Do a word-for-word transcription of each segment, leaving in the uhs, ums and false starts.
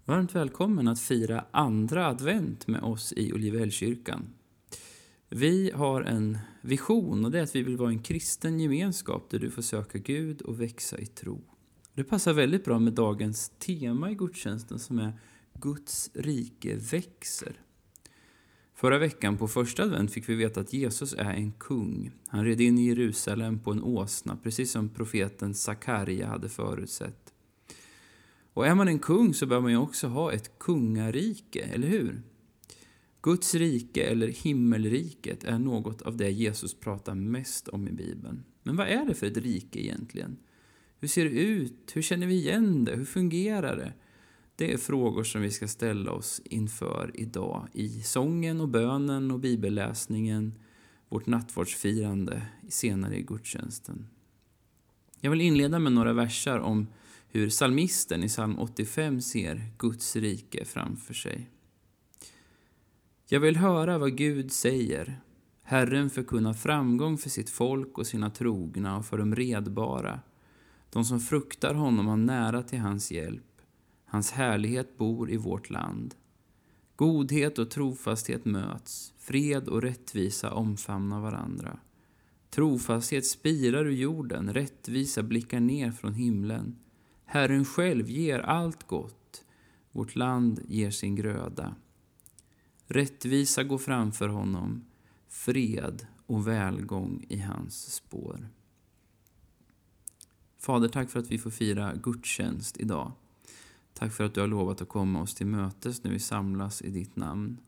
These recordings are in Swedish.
Varmt välkommen att fira andra advent med oss i Olivehällskyrkan. Vi har en vision och det är att vi vill vara en kristen gemenskap där du får söka Gud och växa i tro. Det passar väldigt bra med dagens tema i gudstjänsten som är Guds rike växer. Förra veckan på första advent fick vi veta att Jesus är en kung. Han red in i Jerusalem på en åsna, precis som profeten Sakarja hade förutsett. Och är man en kung så bör man ju också ha ett kungarike, eller hur? Guds rike eller himmelriket är något av det Jesus pratar mest om i Bibeln. Men vad är det för ett rike egentligen? Hur ser det ut? Hur känner vi igen det? Hur fungerar det? Det är frågor som vi ska ställa oss inför idag i sången och bönen och bibelläsningen, vårt nattvardsfirande senare i gudstjänsten. Jag vill inleda med några versar om hur psalmisten i psalm åttiofem ser Guds rike framför sig. Jag vill höra vad Gud säger. Herren förkunnar framgång för sitt folk och sina trogna och för de redbara. De som fruktar honom har nära till hans hjälp. Hans härlighet bor i vårt land. Godhet och trofasthet möts. Fred och rättvisa omfamnar varandra. Trofasthet spirar ur jorden. Rättvisa blickar ner från himlen. Herren själv ger allt gott. Vårt land ger sin gröda. Rättvisa går framför honom. Fred och välgång i hans spår. Fader, tack för att vi får fira gudstjänst idag. Tack för att du har lovat att komma oss till mötes när vi samlas i ditt namn.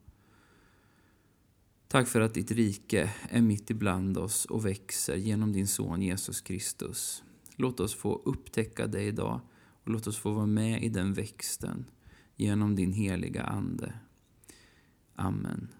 Tack för att ditt rike är mitt ibland oss och växer genom din son Jesus Kristus. Låt oss få upptäcka det idag och låt oss få vara med i den växten genom din heliga ande. Amen.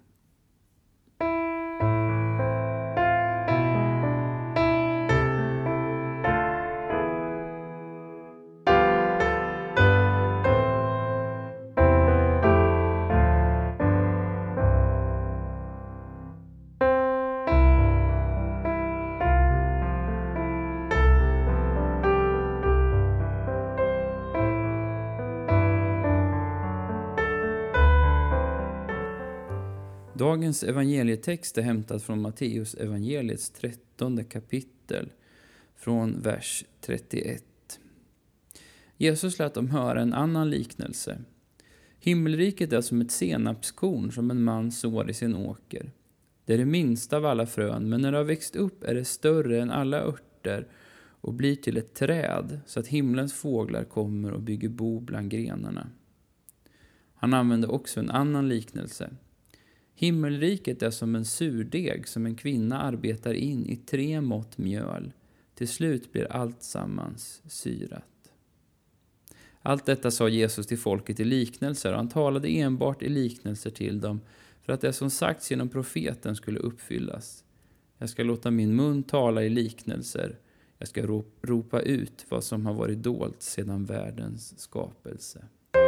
Dagens evangelietext är hämtad från Matteus evangeliets trettonde kapitel från vers trettioett. Jesus lät dem höra en annan liknelse. Himmelriket är som ett senapskorn som en man sår i sin åker. Det är det minsta av alla frön, men när det har växt upp är det större än alla örter och blir till ett träd så att himlens fåglar kommer och bygger bo bland grenarna. Han använde också en annan liknelse. Himmelriket är som en surdeg som en kvinna arbetar in i tre mått mjöl. Till slut blir allt sammans syrat. Allt detta sa Jesus till folket i liknelser och han talade enbart i liknelser till dem för att det som sagts genom profeten skulle uppfyllas. Jag ska låta min mun tala i liknelser. Jag ska ropa ut vad som har varit dolt sedan världens skapelse.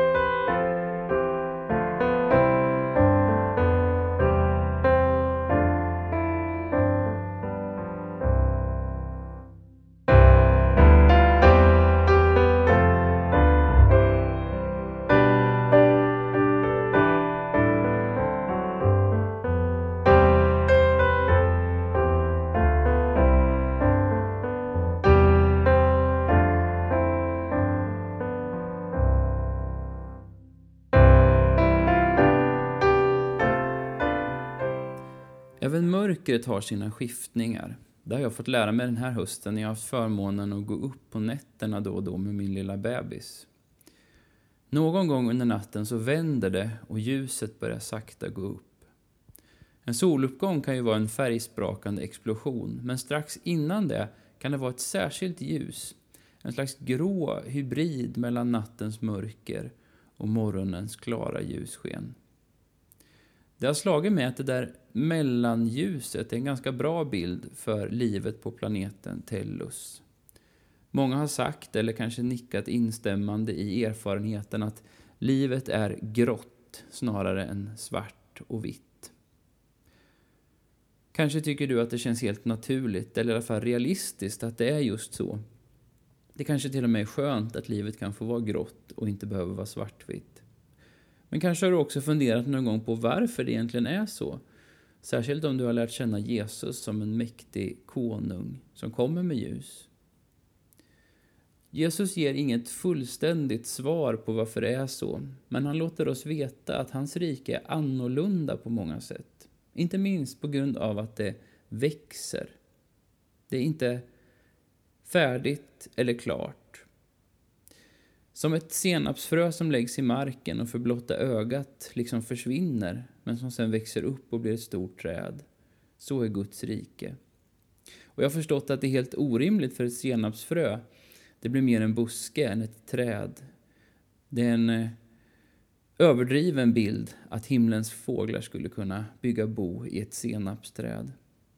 Även mörkret har sina skiftningar. Det har jag fått lära mig den här hösten när jag har haft förmånen att gå upp på nätterna då och då med min lilla bebis. Någon gång under natten så vänder det och ljuset börjar sakta gå upp. En soluppgång kan ju vara en färgsprakande explosion, men strax innan det kan det vara ett särskilt ljus. En slags grå hybrid mellan nattens mörker och morgonens klara ljussken. Det har slagit mig att det där mellanljuset är en ganska bra bild för livet på planeten Tellus. Många har sagt eller kanske nickat instämmande i erfarenheten att livet är grått snarare än svart och vitt. Kanske tycker du att det känns helt naturligt eller i alla fall realistiskt att det är just så. Det kanske till och med är skönt att livet kan få vara grått och inte behöver vara svartvitt. Men kanske har du också funderat någon gång på varför det egentligen är så. Särskilt om du har lärt känna Jesus som en mäktig konung som kommer med ljus. Jesus ger inget fullständigt svar på varför det är så, men han låter oss veta att hans rike är annorlunda på många sätt. Inte minst på grund av att det växer. Det är inte färdigt eller klart. Som ett senapsfrö som läggs i marken och för blotta ögat liksom försvinner, men som sen växer upp och blir ett stort träd. Så är Guds rike. Och jag har förstått att det är helt orimligt för ett senapsfrö. Det blir mer en buske än ett träd. Det är en överdriven bild att himlens fåglar skulle kunna bygga bo i ett senapsträd.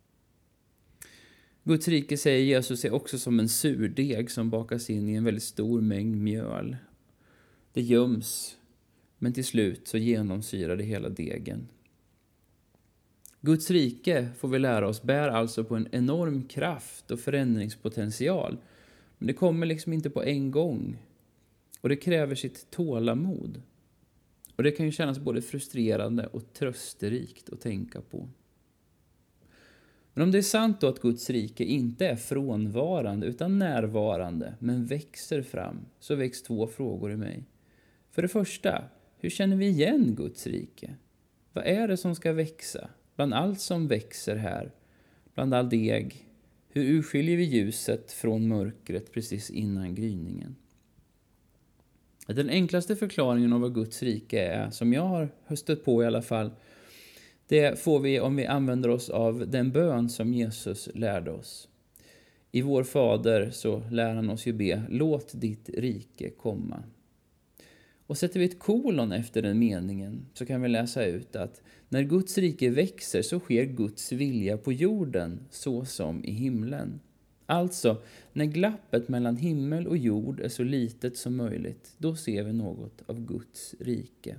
Guds rike, säger Jesus, är också som en surdeg som bakas in i en väldigt stor mängd mjöl. Det göms, men till slut så genomsyrar det hela degen. Guds rike, får vi lära oss, bär alltså på en enorm kraft och förändringspotential. Men det kommer liksom inte på en gång. Och det kräver sitt tålamod. Och det kan ju kännas både frustrerande och trösterikt att tänka på. Men om det är sant då att Guds rike inte är frånvarande utan närvarande, men växer fram, så väcks två frågor i mig. För det första, hur känner vi igen Guds rike? Vad är det som ska växa? Bland allt som växer här, bland all deg, hur urskiljer vi ljuset från mörkret precis innan gryningen? Den enklaste förklaringen av vad Guds rike är, som jag har höstat på i alla fall, det får vi om vi använder oss av den bön som Jesus lärde oss. I vår fader så lär han oss ju be, låt ditt rike komma. Och sätter vi ett kolon efter den meningen så kan vi läsa ut att när Guds rike växer så sker Guds vilja på jorden så som i himlen. Alltså, när glappet mellan himmel och jord är så litet som möjligt, då ser vi något av Guds rike.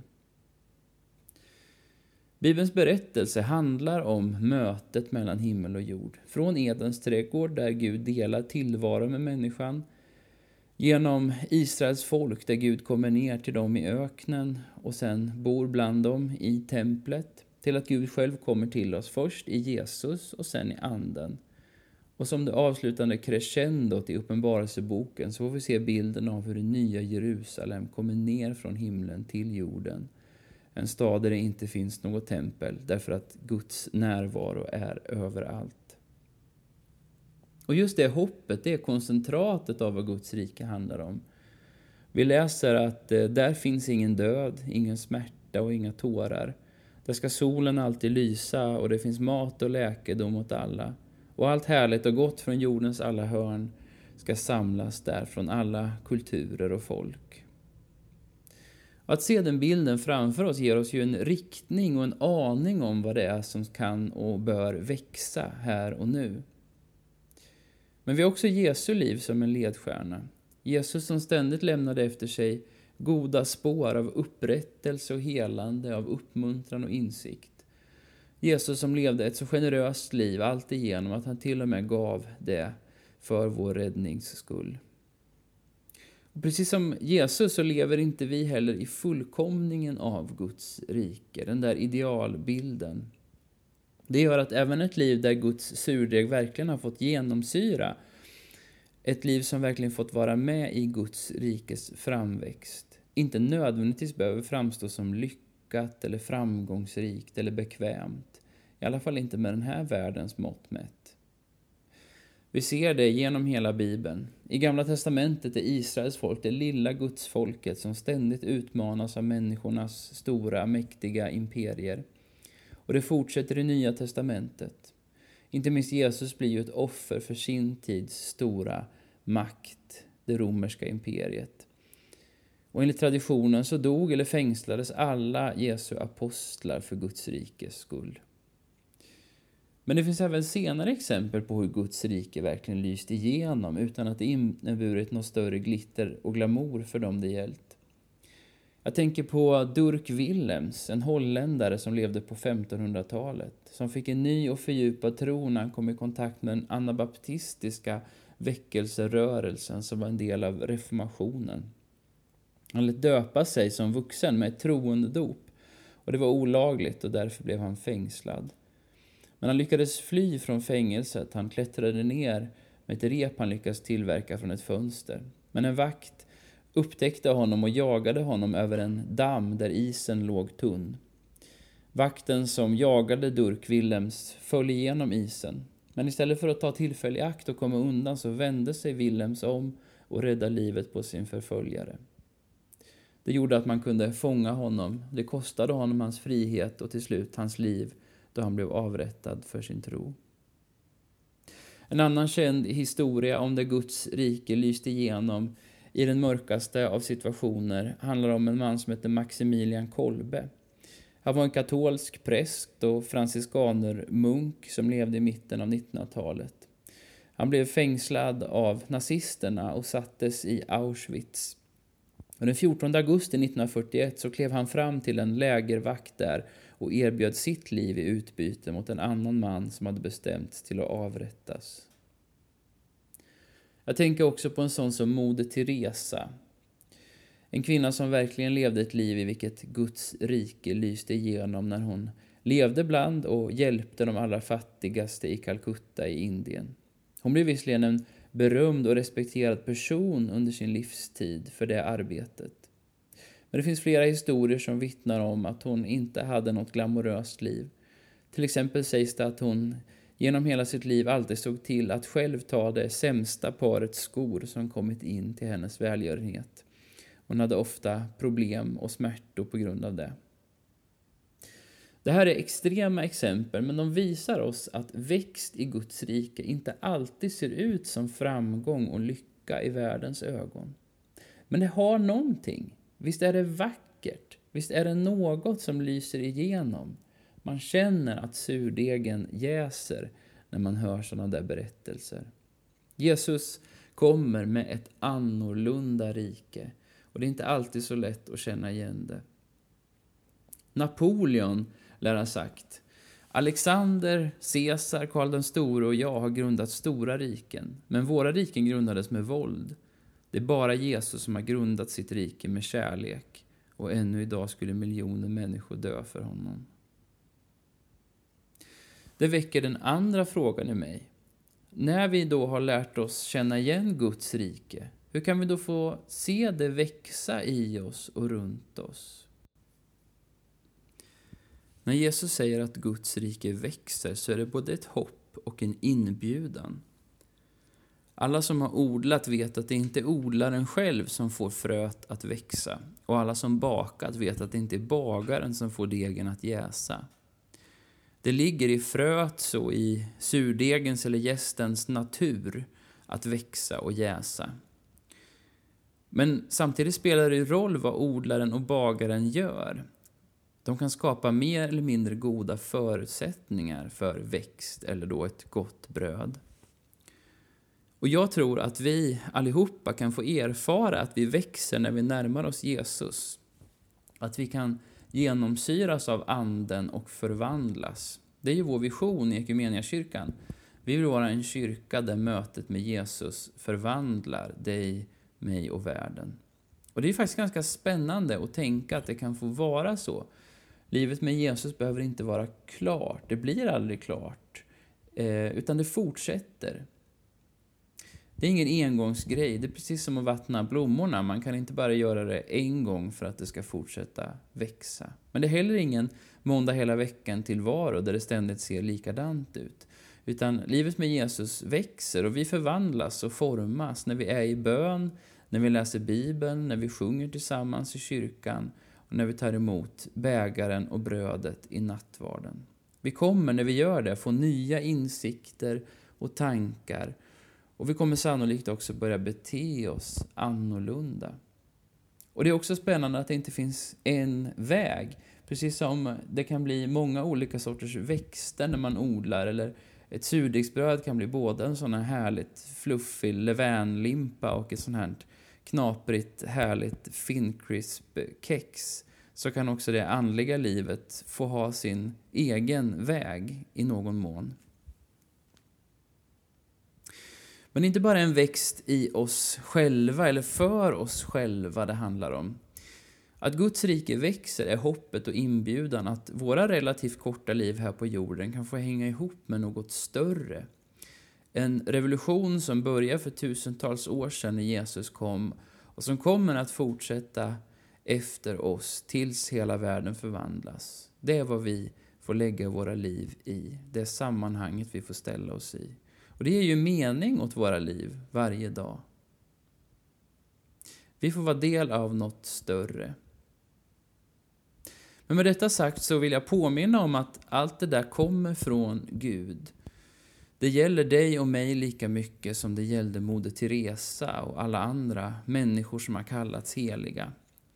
Bibelns berättelse handlar om mötet mellan himmel och jord. Från Edens trädgård där Gud delar tillvaro med människan, genom Israels folk där Gud kommer ner till dem i öknen och sen bor bland dem i templet, till att Gud själv kommer till oss först i Jesus och sen i anden. Och som det avslutande crescendot i Uppenbarelseboken så får vi se bilden av hur det nya Jerusalem kommer ner från himlen till jorden. En stad där det inte finns något tempel därför att Guds närvaro är överallt. Och just det hoppet, det är koncentratet av vad Guds rike handlar om. Vi läser att eh, där finns ingen död, ingen smärta och inga tårar. Där ska solen alltid lysa och det finns mat och läkedom åt alla. Och allt härligt och gott från jordens alla hörn ska samlas där från alla kulturer och folk. Att se den bilden framför oss ger oss ju en riktning och en aning om vad det är som kan och bör växa här och nu. Men vi har också Jesu liv som en ledstjärna. Jesus som ständigt lämnade efter sig goda spår av upprättelse och helande, av uppmuntran och insikt. Jesus som levde ett så generöst liv allt igenom att han till och med gav det för vår räddnings skull. Och precis som Jesus så lever inte vi heller i fullkomningen av Guds rike, den där idealbilden. Det gör att även ett liv där Guds surdeg verkligen har fått genomsyra, ett liv som verkligen fått vara med i Guds rikes framväxt, inte nödvändigtvis behöver framstå som lyckat eller framgångsrikt eller bekvämt. I alla fall inte med den här världens mått mätt. Vi ser det genom hela Bibeln. I Gamla testamentet är Israels folk det lilla gudsfolket som ständigt utmanas av människornas stora, mäktiga imperier. Och det fortsätter i Nya testamentet. Inte minst Jesus blir ju ett offer för sin tids stora makt, det romerska imperiet. Och enligt traditionen så dog eller fängslades alla Jesu apostlar för Guds rikes skull. Men det finns även senare exempel på hur Guds rike verkligen lyst igenom utan att det inneburit något större glitter och glamour för dem det gällt. Jag tänker på Dirk Willems, en holländare som levde på femtonhundratalet, som fick en ny och fördjupad tro när han kom i kontakt med den anabaptistiska väckelserörelsen som var en del av reformationen. Han lät döpa sig som vuxen med ett troendedop, och det var olagligt och därför blev han fängslad. Men han lyckades fly från fängelset. Han klättrade ner med ett rep han lyckades tillverka från ett fönster. Men en vakt upptäckte honom och jagade honom över en damm där isen låg tunn. Vakten som jagade Durk Willems föll igenom isen. Men istället för att ta tillfälle i akt och komma undan så vände sig Willems om och räddade livet på sin förföljare. Det gjorde att man kunde fånga honom. Det kostade honom hans frihet och till slut hans liv då han blev avrättad för sin tro. En annan känd historia om där Guds rike lyste igenom i den mörkaste av situationer handlar om en man som heter Maximilian Kolbe. Han var en katolsk präst och franciskanermunk som levde i mitten av nittonhundratalet. Han blev fängslad av nazisterna och sattes i Auschwitz. Och den fjortonde augusti nittonhundrafyrtioett så klev han fram till en lägervakt där och erbjöd sitt liv i utbyte mot en annan man som hade bestämts till att avrättas. Jag tänker också på en sån som Moder Teresa. En kvinna som verkligen levde ett liv i vilket Guds rike lyste igenom när hon levde bland och hjälpte de allra fattigaste i Calcutta i Indien. Hon blev visserligen en berömd och respekterad person under sin livstid för det arbetet. Men det finns flera historier som vittnar om att hon inte hade något glamoröst liv. Till exempel sägs det att hon genom hela sitt liv alltid såg till att själv ta det sämsta paret skor som kommit in till hennes välgörenhet. Hon hade ofta problem och smärtor på grund av det. Det här är extrema exempel, men de visar oss att växt i Guds rike inte alltid ser ut som framgång och lycka i världens ögon. Men det har någonting. Visst är det vackert. Visst är det något som lyser igenom. Man känner att surdegen jäser när man hör sådana där berättelser. Jesus kommer med ett annorlunda rike. Och det är inte alltid så lätt att känna igen det. Napoleon lär ha sagt: Alexander, Caesar, Karl den store och jag har grundat stora riken. Men våra riken grundades med våld. Det är bara Jesus som har grundat sitt rike med kärlek. Och ännu idag skulle miljoner människor dö för honom. Det väcker den andra frågan i mig. När vi då har lärt oss känna igen Guds rike, hur kan vi då få se det växa i oss och runt oss? När Jesus säger att Guds rike växer så är det både ett hopp och en inbjudan. Alla som har odlat vet att det inte är odlaren själv som får fröet att växa. Och alla som bakat vet att det inte är bagaren som får degen att jäsa. Det ligger i fröet så i surdegens eller jästens natur att växa och jäsa. Men samtidigt spelar det roll vad odlaren och bagaren gör. De kan skapa mer eller mindre goda förutsättningar för växt eller då ett gott bröd. Och jag tror att vi allihopa kan få erfara att vi växer när vi närmar oss Jesus. Att vi kan genomsyras av anden och förvandlas. Det är ju vår vision i Equmeniakyrkan. Vi vill vara en kyrka där mötet med Jesus förvandlar dig, mig och världen. Och det är faktiskt ganska spännande att tänka att det kan få vara så. Livet med Jesus behöver inte vara klart. Det blir aldrig klart. Eh, utan det fortsätter. Det är ingen engångsgrej. Det är precis som att vattna blommorna. Man kan inte bara göra det en gång för att det ska fortsätta växa. Men det är heller ingen måndag hela veckan tillvaro där det ständigt ser likadant ut. Utan livet med Jesus växer och vi förvandlas och formas när vi är i bön, när vi läser Bibeln, när vi sjunger tillsammans i kyrkan och när vi tar emot bägaren och brödet i nattvarden. Vi kommer när vi gör det få nya insikter och tankar. Och vi kommer sannolikt också börja bete oss annorlunda. Och det är också spännande att det inte finns en väg. Precis som det kan bli många olika sorters växter när man odlar. Eller ett surdegsbröd kan bli både en sån här härligt fluffig levainlimpa och ett sånt här knaprigt härligt fincrisp kex. Så kan också det andliga livet få ha sin egen väg i någon mån. Men inte bara en växt i oss själva eller för oss själva det handlar om. Att Guds rike växer är hoppet och inbjudan att våra relativt korta liv här på jorden kan få hänga ihop med något större. En revolution som började för tusentals år sedan när Jesus kom och som kommer att fortsätta efter oss tills hela världen förvandlas. Det är vad vi får lägga våra liv i. Det är sammanhanget vi får ställa oss i. Och det ger ju mening åt våra liv varje dag. Vi får vara del av något större. Men med detta sagt så vill jag påminna om att allt det där kommer från Gud. Det gäller dig och mig lika mycket som det gällde Moder Teresa och alla andra människor som har kallats heliga.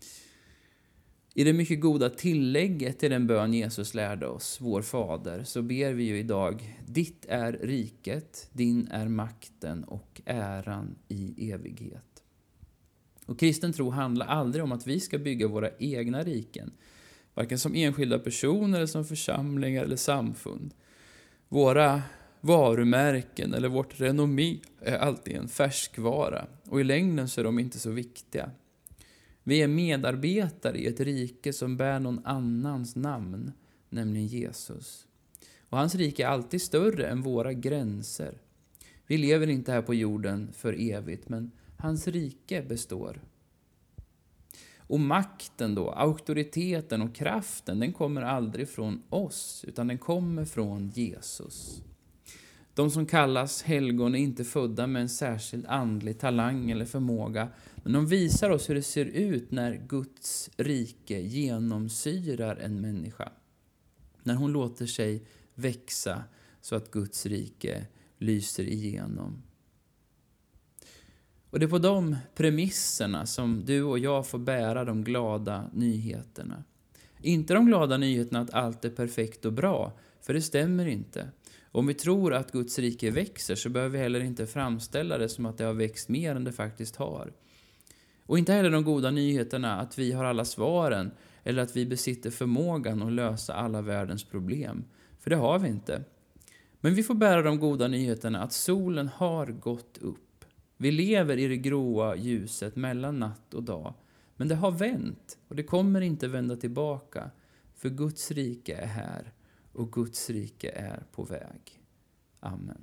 I det mycket goda tillägget till den bön Jesus lärde oss, vår Fader, så ber vi ju idag: ditt är riket, din är makten och äran i evighet. Och kristen tro handlar aldrig om att vi ska bygga våra egna riken, varken som enskilda personer eller som församlingar eller samfund. Våra varumärken eller vårt renommé är alltid en färskvara och i längden så är de inte så viktiga. Vi är medarbetare i ett rike som bär någon annans namn, nämligen Jesus. Och hans rike är alltid större än våra gränser. Vi lever inte här på jorden för evigt, men hans rike består. Och makten då, auktoriteten och kraften, den kommer aldrig från oss, utan den kommer från Jesus. De som kallas helgon är inte födda med en särskild andlig talang eller förmåga, men de visar oss hur det ser ut när Guds rike genomsyrar en människa. När hon låter sig växa så att Guds rike lyser igenom. Och det är på de premisserna som du och jag får bära de glada nyheterna. Inte de glada nyheterna att allt är perfekt och bra, för det stämmer inte. Om vi tror att Guds rike växer så behöver vi heller inte framställa det som att det har växt mer än det faktiskt har. Och inte heller de goda nyheterna att vi har alla svaren eller att vi besitter förmågan att lösa alla världens problem. För det har vi inte. Men vi får bära de goda nyheterna att solen har gått upp. Vi lever i det gråa ljuset mellan natt och dag. Men det har vänt och det kommer inte vända tillbaka. För Guds rike är här och Guds rike är på väg. Amen.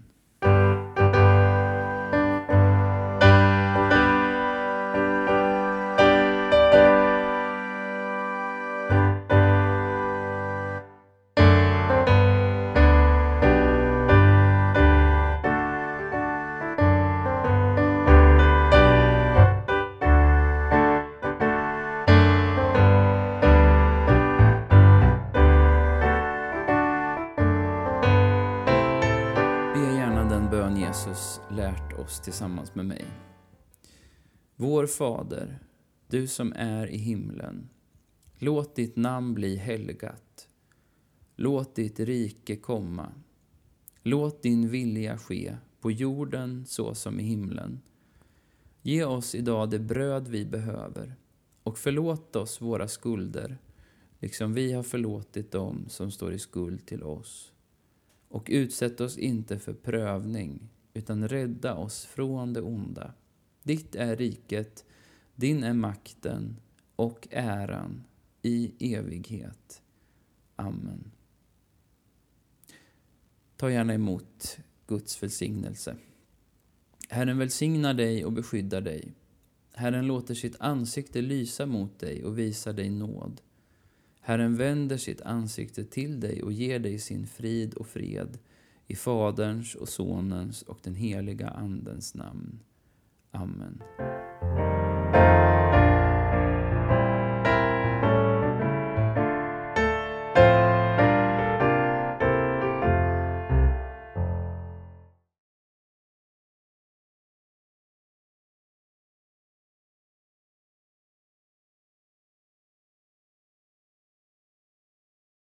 Jesus lärt oss tillsammans med mig. Vår Fader, du som är i himlen, låt ditt namn bli helgat. Låt ditt rike komma. Låt din vilja ske på jorden så som i himlen. Ge oss idag det bröd vi behöver och förlåt oss våra skulder, liksom vi har förlåtit dem som står i skuld till oss. Och utsätt oss inte för prövning, utan rädda oss från det onda. Ditt är riket, din är makten och äran i evighet. Amen. Ta gärna emot Guds välsignelse. Herren välsignar dig och beskyddar dig. Herren låter sitt ansikte lysa mot dig och visar dig nåd. Herren vänder sitt ansikte till dig och ger dig sin frid och fred i Faderns och Sonens och den heliga Andens namn. Amen.